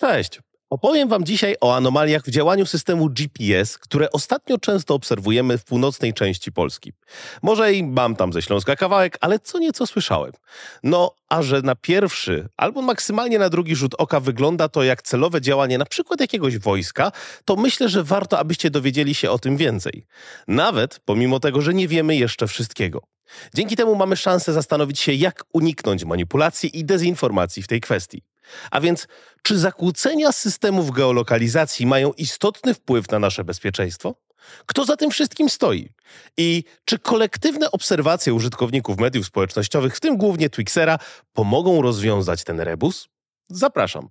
Cześć! Opowiem Wam dzisiaj o anomaliach w działaniu systemu GPS, które ostatnio często obserwujemy w północnej części Polski. Może i mam tam ze Śląska kawałek, ale co nieco słyszałem. No, a że na pierwszy albo maksymalnie na drugi rzut oka wygląda to jak celowe działanie na przykład jakiegoś wojska, to myślę, że warto, abyście dowiedzieli się o tym więcej. Nawet pomimo tego, że nie wiemy jeszcze wszystkiego. Dzięki temu mamy szansę zastanowić się, jak uniknąć manipulacji i dezinformacji w tej kwestii. A więc, czy zakłócenia systemów geolokalizacji mają istotny wpływ na nasze bezpieczeństwo? Kto za tym wszystkim stoi? I czy kolektywne obserwacje użytkowników mediów społecznościowych, w tym głównie Twixera, pomogą rozwiązać ten rebus? Zapraszam.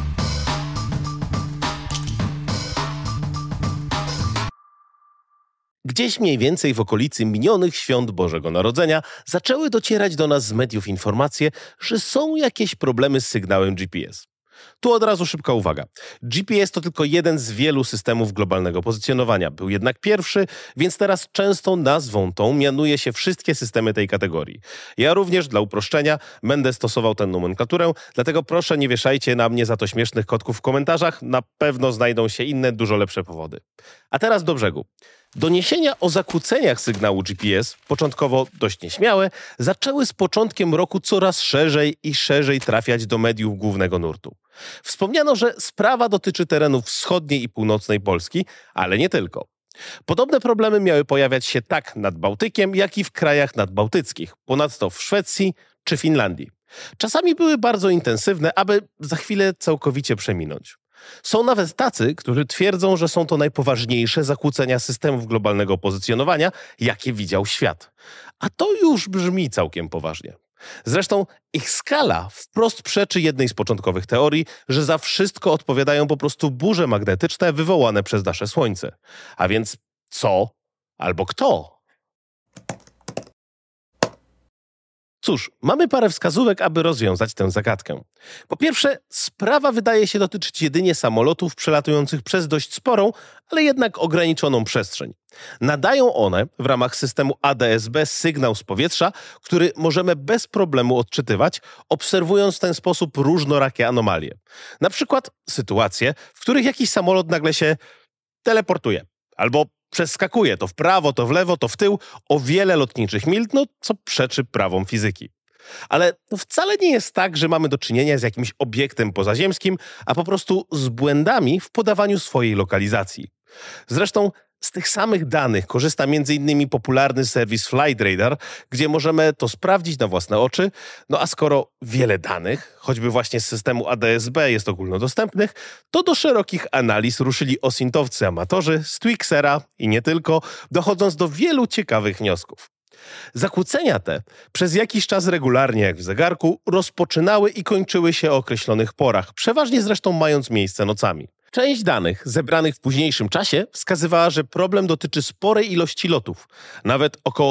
Gdzieś mniej więcej w okolicy minionych świąt Bożego Narodzenia zaczęły docierać do nas z mediów informacje, że są jakieś problemy z sygnałem GPS. Tu od razu szybka uwaga. GPS to tylko jeden z wielu systemów globalnego pozycjonowania. Był jednak pierwszy, więc teraz częstą nazwą tą mianuje się wszystkie systemy tej kategorii. Ja również dla uproszczenia będę stosował tę nomenklaturę, dlatego proszę nie wieszajcie na mnie za to śmiesznych kotków w komentarzach. Na pewno znajdą się inne, dużo lepsze powody. A teraz do brzegu. Doniesienia o zakłóceniach sygnału GPS, początkowo dość nieśmiałe, zaczęły z początkiem roku coraz szerzej i szerzej trafiać do mediów głównego nurtu. Wspomniano, że sprawa dotyczy terenów wschodniej i północnej Polski, ale nie tylko. Podobne problemy miały pojawiać się tak nad Bałtykiem, jak i w krajach nadbałtyckich, ponadto w Szwecji czy Finlandii. Czasami były bardzo intensywne, aby za chwilę całkowicie przeminąć. Są nawet tacy, którzy twierdzą, że są to najpoważniejsze zakłócenia systemów globalnego pozycjonowania, jakie widział świat. A to już brzmi całkiem poważnie. Zresztą ich skala wprost przeczy jednej z początkowych teorii, że za wszystko odpowiadają po prostu burze magnetyczne wywołane przez nasze Słońce. A więc co albo kto? Cóż, mamy parę wskazówek, aby rozwiązać tę zagadkę. Po pierwsze, sprawa wydaje się dotyczyć jedynie samolotów przelatujących przez dość sporą, ale jednak ograniczoną przestrzeń. Nadają one w ramach systemu ADS-B sygnał z powietrza, który możemy bez problemu odczytywać, obserwując w ten sposób różnorakie anomalie. Na przykład sytuacje, w których jakiś samolot nagle się teleportuje albo przeskakuje to w prawo, to w lewo, to w tył o wiele lotniczych mil, co przeczy prawom fizyki. Ale to wcale nie jest tak, że mamy do czynienia z jakimś obiektem pozaziemskim, a po prostu z błędami w podawaniu swojej lokalizacji. Zresztą z tych samych danych korzysta m.in. popularny serwis Flightradar, gdzie możemy to sprawdzić na własne oczy. No a skoro wiele danych, choćby właśnie z systemu ADS-B jest ogólnodostępnych, to do szerokich analiz ruszyli osintowcy amatorzy z Twixera i nie tylko, dochodząc do wielu ciekawych wniosków. Zakłócenia te przez jakiś czas regularnie, jak w zegarku, rozpoczynały i kończyły się o określonych porach, przeważnie zresztą mając miejsce nocami. Część danych zebranych w późniejszym czasie wskazywała, że problem dotyczy sporej ilości lotów, nawet około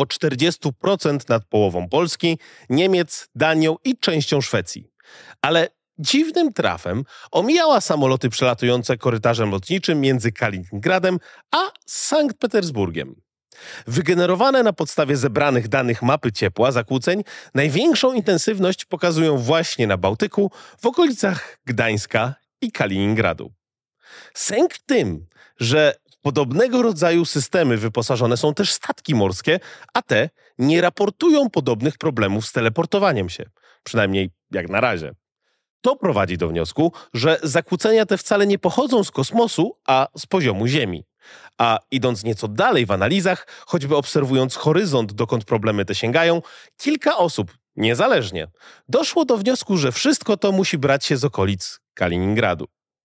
40% nad połową Polski, Niemiec, Danią i częścią Szwecji. Ale dziwnym trafem omijała samoloty przelatujące korytarzem lotniczym między Kaliningradem a Sankt Petersburgiem. Wygenerowane na podstawie zebranych danych mapy ciepła zakłóceń największą intensywność pokazują właśnie na Bałtyku, w okolicach Gdańska i Kaliningradu. Sęk w tym, że w podobnego rodzaju systemy wyposażone są też statki morskie, a te nie raportują podobnych problemów z teleportowaniem się. Przynajmniej jak na razie. To prowadzi do wniosku, że zakłócenia te wcale nie pochodzą z kosmosu, a z poziomu Ziemi. A idąc nieco dalej w analizach, choćby obserwując horyzont, dokąd problemy te sięgają, kilka osób, niezależnie, doszło do wniosku, że wszystko to musi brać się z okolic Kaliningradu.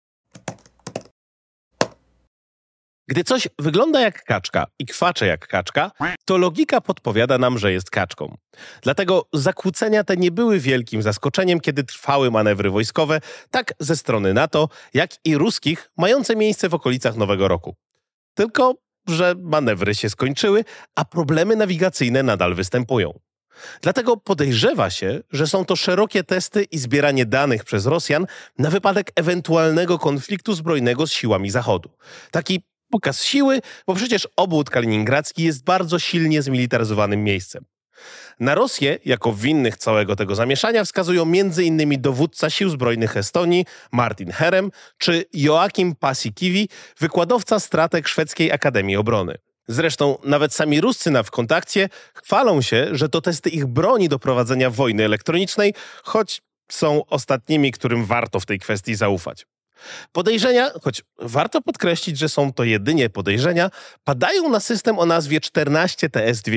Gdy coś wygląda jak kaczka i kwacze jak kaczka, to logika podpowiada nam, że jest kaczką. Dlatego zakłócenia te nie były wielkim zaskoczeniem, kiedy trwały manewry wojskowe, tak ze strony NATO, jak i ruskich, mające miejsce w okolicach Nowego Roku. Tylko że manewry się skończyły, a problemy nawigacyjne nadal występują. Dlatego podejrzewa się, że są to szerokie testy i zbieranie danych przez Rosjan na wypadek ewentualnego konfliktu zbrojnego z siłami Zachodu. Taki pokaz siły, bo przecież obwód kaliningradzki jest bardzo silnie zmilitaryzowanym miejscem. Na Rosję jako winnych całego tego zamieszania wskazują m.in. dowódca sił zbrojnych Estonii Martin Herem czy Joachim Paasikivi, wykładowca strateg Szwedzkiej Akademii Obrony. Zresztą nawet sami Ruscy na WKontakcie chwalą się, że to testy ich broni do prowadzenia wojny elektronicznej, choć są ostatnimi, którym warto w tej kwestii zaufać. Podejrzenia, choć warto podkreślić, że są to jedynie podejrzenia, padają na system o nazwie 14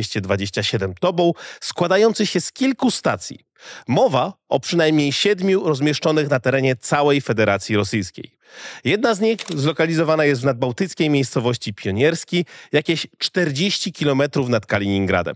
TS-227 Tobol, składający się z kilku stacji. Mowa o przynajmniej 7 rozmieszczonych na terenie całej Federacji Rosyjskiej. Jedna z nich zlokalizowana jest w nadbałtyckiej miejscowości Pionierski, jakieś 40 km nad Kaliningradem.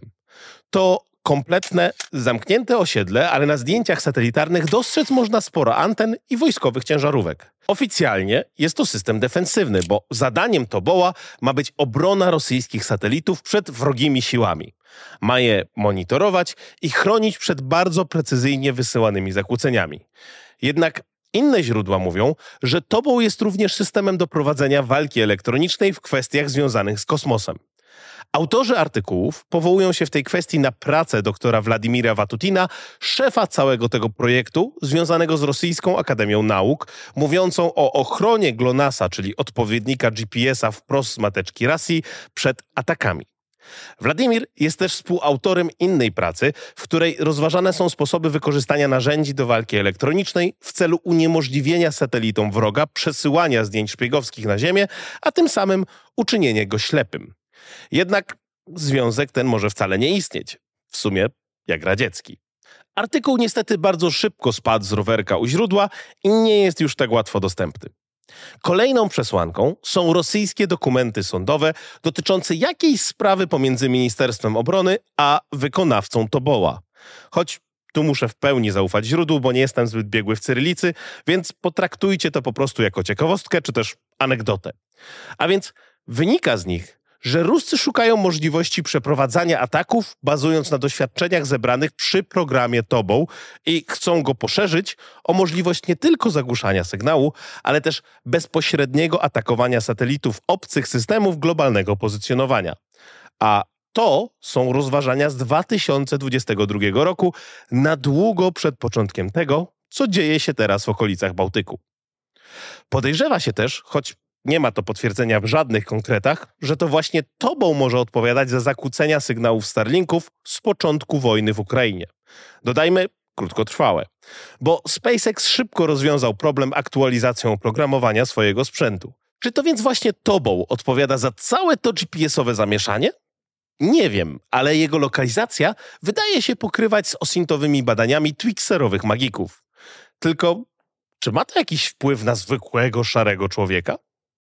To kompletne, zamknięte osiedle, ale na zdjęciach satelitarnych dostrzec można sporo anten i wojskowych ciężarówek. Oficjalnie jest to system defensywny, bo zadaniem Toboła ma być obrona rosyjskich satelitów przed wrogimi siłami. Ma je monitorować i chronić przed bardzo precyzyjnie wysyłanymi zakłóceniami. Jednak inne źródła mówią, że Tobol jest również systemem do prowadzenia walki elektronicznej w kwestiach związanych z kosmosem. Autorzy artykułów powołują się w tej kwestii na pracę doktora Władimira Watutina, szefa całego tego projektu związanego z Rosyjską Akademią Nauk, mówiącą o ochronie GLONASS-a, czyli odpowiednika GPS-a wprost z mateczki Rosji, przed atakami. Władimir jest też współautorem innej pracy, w której rozważane są sposoby wykorzystania narzędzi do walki elektronicznej w celu uniemożliwienia satelitom wroga przesyłania zdjęć szpiegowskich na Ziemię, a tym samym uczynienie go ślepym. Jednak związek ten może wcale nie istnieć. W sumie jak radziecki. Artykuł niestety bardzo szybko spadł z rowerka u źródła i nie jest już tak łatwo dostępny. Kolejną przesłanką są rosyjskie dokumenty sądowe dotyczące jakiejś sprawy pomiędzy Ministerstwem Obrony a wykonawcą Toboła. Choć tu muszę w pełni zaufać źródłu, bo nie jestem zbyt biegły w cyrylicy, więc potraktujcie to po prostu jako ciekawostkę czy też anegdotę. A więc wynika z nich, że Ruscy szukają możliwości przeprowadzania ataków bazując na doświadczeniach zebranych przy programie Tobol i chcą go poszerzyć o możliwość nie tylko zagłuszania sygnału, ale też bezpośredniego atakowania satelitów obcych systemów globalnego pozycjonowania. A to są rozważania z 2022 roku, na długo przed początkiem tego, co dzieje się teraz w okolicach Bałtyku. Podejrzewa się też, choć nie ma to potwierdzenia w żadnych konkretach, że to właśnie Tobol może odpowiadać za zakłócenia sygnałów Starlinków z początku wojny w Ukrainie. Dodajmy, krótkotrwałe. Bo SpaceX szybko rozwiązał problem aktualizacją oprogramowania swojego sprzętu. Czy to więc właśnie Tobol odpowiada za całe to GPS-owe zamieszanie? Nie wiem, ale jego lokalizacja wydaje się pokrywać z osintowymi badaniami Twixerowych magików. Tylko, czy ma to jakiś wpływ na zwykłego, szarego człowieka?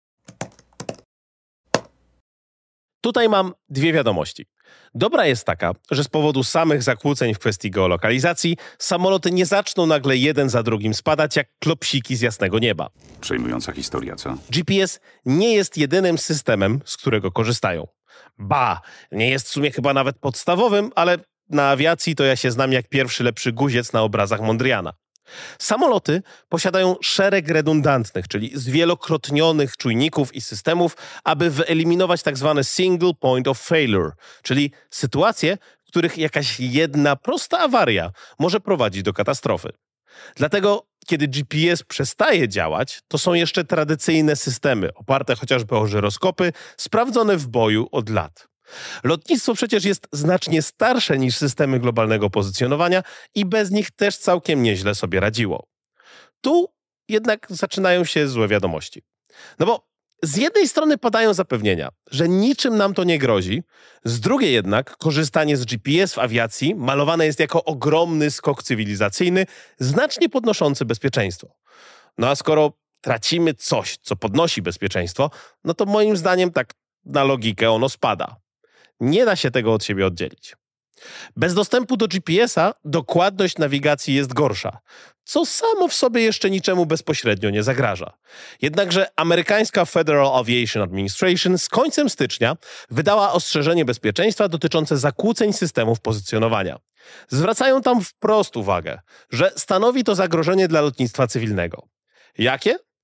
Tutaj mam dwie wiadomości. Dobra jest taka, że z powodu samych zakłóceń w kwestii geolokalizacji samoloty nie zaczną nagle jeden za drugim spadać jak klopsiki z jasnego nieba. Przejmująca historia, co? GPS nie jest jedynym systemem, z którego korzystają. Ba, nie jest w sumie chyba nawet podstawowym, ale na awiacji to ja się znam jak pierwszy lepszy guziec na obrazach Mondriana. Samoloty posiadają szereg redundantnych, czyli zwielokrotnionych czujników i systemów, aby wyeliminować tzw. single point of failure, czyli sytuacje, w których jakaś jedna prosta awaria może prowadzić do katastrofy. Dlatego, kiedy GPS przestaje działać, to są jeszcze tradycyjne systemy, oparte chociażby o żyroskopy, sprawdzone w boju od lat. Lotnictwo przecież jest znacznie starsze niż systemy globalnego pozycjonowania i bez nich też całkiem nieźle sobie radziło. Tu jednak zaczynają się złe wiadomości. No bo z jednej strony padają zapewnienia, że niczym nam to nie grozi, z drugiej jednak korzystanie z GPS w awiacji malowane jest jako ogromny skok cywilizacyjny, znacznie podnoszący bezpieczeństwo. No a skoro tracimy coś, co podnosi bezpieczeństwo, no to moim zdaniem tak na logikę ono spada. Nie da się tego od siebie oddzielić. Bez dostępu do GPS-a dokładność nawigacji jest gorsza, co samo w sobie jeszcze niczemu bezpośrednio nie zagraża. Jednakże amerykańska Federal Aviation Administration z końcem stycznia wydała ostrzeżenie bezpieczeństwa dotyczące zakłóceń systemów pozycjonowania. Zwracają tam wprost uwagę, że stanowi to zagrożenie dla lotnictwa cywilnego. Jakie?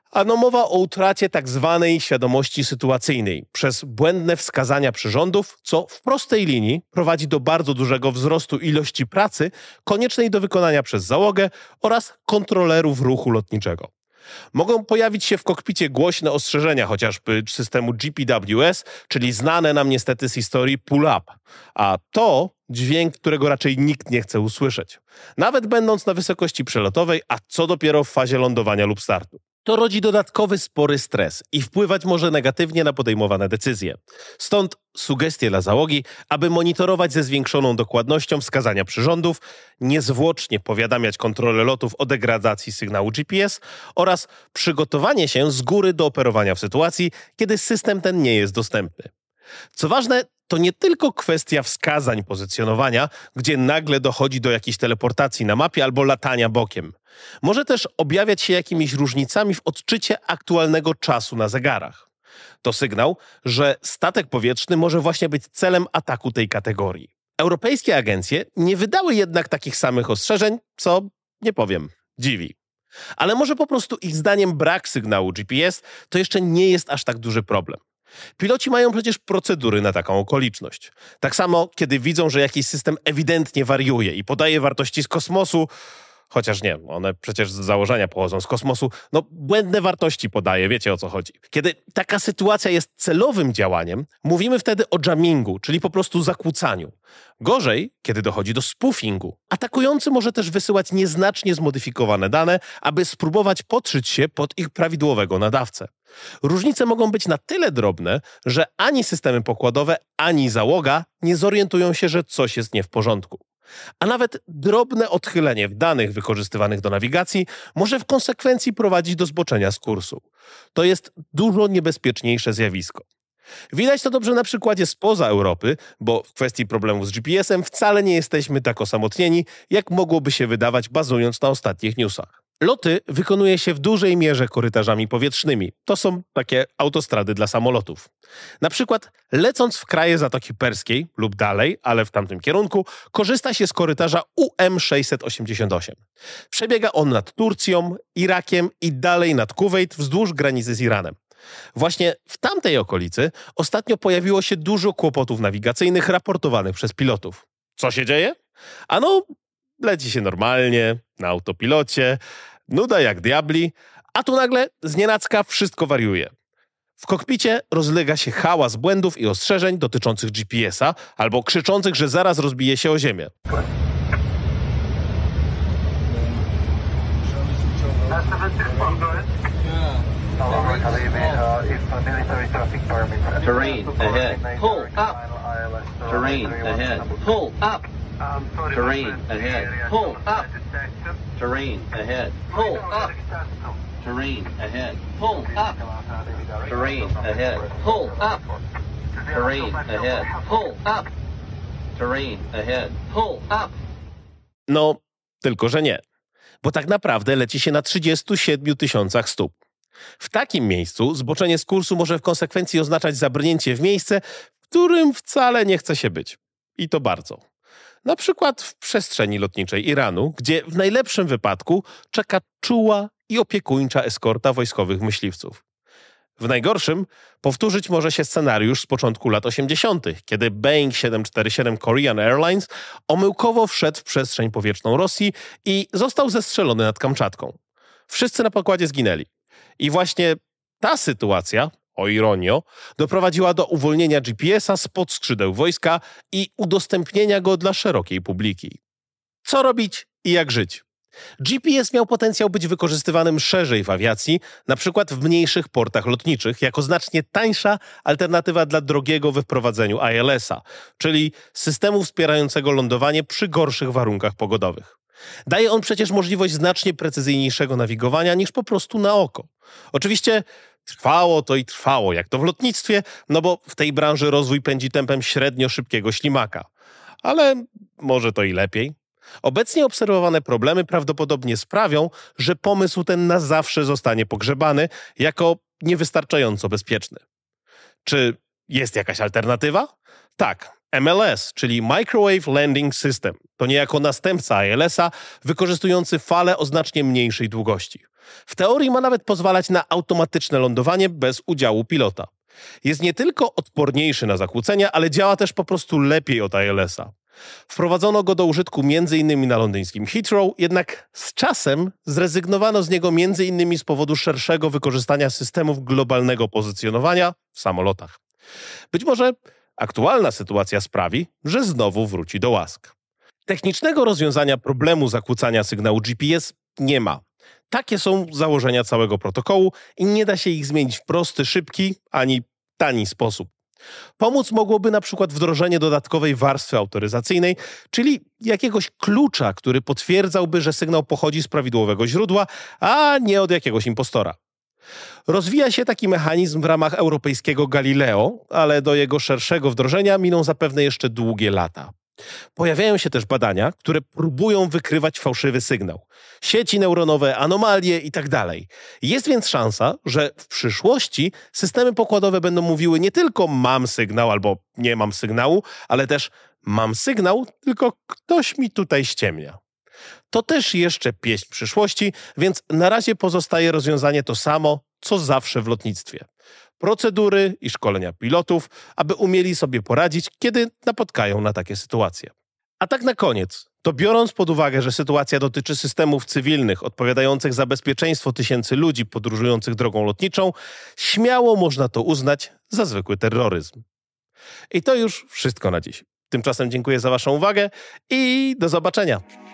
Ano mowa o utracie tak zwanej świadomości sytuacyjnej przez błędne wskazania przyrządów, co w prostej linii prowadzi do bardzo dużego wzrostu ilości pracy koniecznej do wykonania przez załogę oraz kontrolerów ruchu lotniczego. Mogą pojawić się w kokpicie głośne ostrzeżenia, chociażby systemu GPWS, czyli znane nam niestety z historii pull-up. A to dźwięk, którego raczej nikt nie chce usłyszeć. Nawet będąc na wysokości przelotowej, a co dopiero w fazie lądowania lub startu. To rodzi dodatkowy spory stres i wpływać może negatywnie na podejmowane decyzje. Stąd sugestie dla załogi, aby monitorować ze zwiększoną dokładnością wskazania przyrządów, niezwłocznie powiadamiać kontrolę lotów o degradacji sygnału GPS oraz przygotowanie się z góry do operowania w sytuacji, kiedy system ten nie jest dostępny. Co ważne, to nie tylko kwestia wskazań pozycjonowania, gdzie nagle dochodzi do jakiejś teleportacji na mapie albo latania bokiem. Może też objawiać się jakimiś różnicami w odczycie aktualnego czasu na zegarach. To sygnał, że statek powietrzny może właśnie być celem ataku tej kategorii. Europejskie agencje nie wydały jednak takich samych ostrzeżeń, co, nie powiem, dziwi. Ale może po prostu ich zdaniem brak sygnału GPS to jeszcze nie jest aż tak duży problem. Piloci mają przecież procedury na taką okoliczność. Tak samo, kiedy widzą, że jakiś system ewidentnie wariuje i podaje wartości z kosmosu, chociaż nie, one przecież z założenia pochodzą z kosmosu, błędne wartości podaje, wiecie o co chodzi. Kiedy taka sytuacja jest celowym działaniem, mówimy wtedy o jammingu, czyli po prostu zakłócaniu. Gorzej, kiedy dochodzi do spoofingu. Atakujący może też wysyłać nieznacznie zmodyfikowane dane, aby spróbować podszyć się pod ich prawidłowego nadawcę. Różnice mogą być na tyle drobne, że ani systemy pokładowe, ani załoga nie zorientują się, że coś jest nie w porządku. A nawet drobne odchylenie w danych wykorzystywanych do nawigacji może w konsekwencji prowadzić do zboczenia z kursu. To jest dużo niebezpieczniejsze zjawisko. Widać to dobrze na przykładzie spoza Europy, bo w kwestii problemów z GPS-em wcale nie jesteśmy tak osamotnieni, jak mogłoby się wydawać bazując na ostatnich newsach. Loty wykonuje się w dużej mierze korytarzami powietrznymi. To są takie autostrady dla samolotów. Na przykład lecąc w kraje Zatoki Perskiej lub dalej, ale w tamtym kierunku, korzysta się z korytarza UM688. Przebiega on nad Turcją, Irakiem i dalej nad Kuwejt wzdłuż granicy z Iranem. Właśnie w tamtej okolicy ostatnio pojawiło się dużo kłopotów nawigacyjnych raportowanych przez pilotów. Co się dzieje? Ano, leci się normalnie, na autopilocie, nuda jak diabli, a tu nagle znienacka wszystko wariuje. W kokpicie rozlega się hałas błędów i ostrzeżeń dotyczących GPS-a albo krzyczących, że zaraz rozbije się o ziemię. Terrain ahead. Pull up. Terrain ahead. Pull up. Terrain ahead. Pull up. Terrain ahead. Pull up. Terrain ahead. Pull up. Terrain ahead. Pull up. Terrain ahead. Pull up. Terrain ahead. Pull up. No, tylko że nie. Bo tak naprawdę leci się na 37 000 stóp. W takim miejscu zboczenie z kursu może w konsekwencji oznaczać zabrnięcie w miejsce, w którym wcale nie chce się być. I to bardzo. Na przykład w przestrzeni lotniczej Iranu, gdzie w najlepszym wypadku czeka czuła i opiekuńcza eskorta wojskowych myśliwców. W najgorszym powtórzyć może się scenariusz z początku lat 80., kiedy Boeing 747 Korean Airlines omyłkowo wszedł w przestrzeń powietrzną Rosji i został zestrzelony nad Kamczatką. Wszyscy na pokładzie zginęli. I właśnie ta sytuacja, o ironio, doprowadziła do uwolnienia GPS-a spod skrzydeł wojska i udostępnienia go dla szerokiej publiki. Co robić i jak żyć? GPS miał potencjał być wykorzystywanym szerzej w awiacji, na przykład w mniejszych portach lotniczych, jako znacznie tańsza alternatywa dla drogiego we wprowadzeniu ILS-a, czyli systemu wspierającego lądowanie przy gorszych warunkach pogodowych. Daje on przecież możliwość znacznie precyzyjniejszego nawigowania niż po prostu na oko. Oczywiście trwało to i trwało, jak to w lotnictwie, no bo w tej branży rozwój pędzi tempem średnio szybkiego ślimaka. Ale może to i lepiej. Obecnie obserwowane problemy prawdopodobnie sprawią, że pomysł ten na zawsze zostanie pogrzebany jako niewystarczająco bezpieczny. Czy jest jakaś alternatywa? Tak, MLS, czyli Microwave Landing System, to niejako następca ILS-a wykorzystujący fale o znacznie mniejszej długości. W teorii ma nawet pozwalać na automatyczne lądowanie bez udziału pilota. Jest nie tylko odporniejszy na zakłócenia, ale działa też po prostu lepiej od ILS-a. Wprowadzono go do użytku m.in. na londyńskim Heathrow, jednak z czasem zrezygnowano z niego m.in. z powodu szerszego wykorzystania systemów globalnego pozycjonowania w samolotach. Być może aktualna sytuacja sprawi, że znowu wróci do łask. Technicznego rozwiązania problemu zakłócania sygnału GPS nie ma. Takie są założenia całego protokołu i nie da się ich zmienić w prosty, szybki ani tani sposób. Pomóc mogłoby na przykład wdrożenie dodatkowej warstwy autoryzacyjnej, czyli jakiegoś klucza, który potwierdzałby, że sygnał pochodzi z prawidłowego źródła, a nie od jakiegoś impostora. Rozwija się taki mechanizm w ramach europejskiego Galileo, ale do jego szerszego wdrożenia miną zapewne jeszcze długie lata. Pojawiają się też badania, które próbują wykrywać fałszywy sygnał. Sieci neuronowe, anomalie itd. Jest więc szansa, że w przyszłości systemy pokładowe będą mówiły nie tylko mam sygnał albo nie mam sygnału, ale też mam sygnał, tylko ktoś mi tutaj ściemnia. To też jeszcze pieśń przyszłości, więc na razie pozostaje rozwiązanie to samo, co zawsze w lotnictwie. Procedury i szkolenia pilotów, aby umieli sobie poradzić, kiedy napotkają na takie sytuacje. A tak na koniec, to biorąc pod uwagę, że sytuacja dotyczy systemów cywilnych odpowiadających za bezpieczeństwo tysięcy ludzi podróżujących drogą lotniczą, śmiało można to uznać za zwykły terroryzm. I to już wszystko na dziś. Tymczasem dziękuję za Waszą uwagę i do zobaczenia.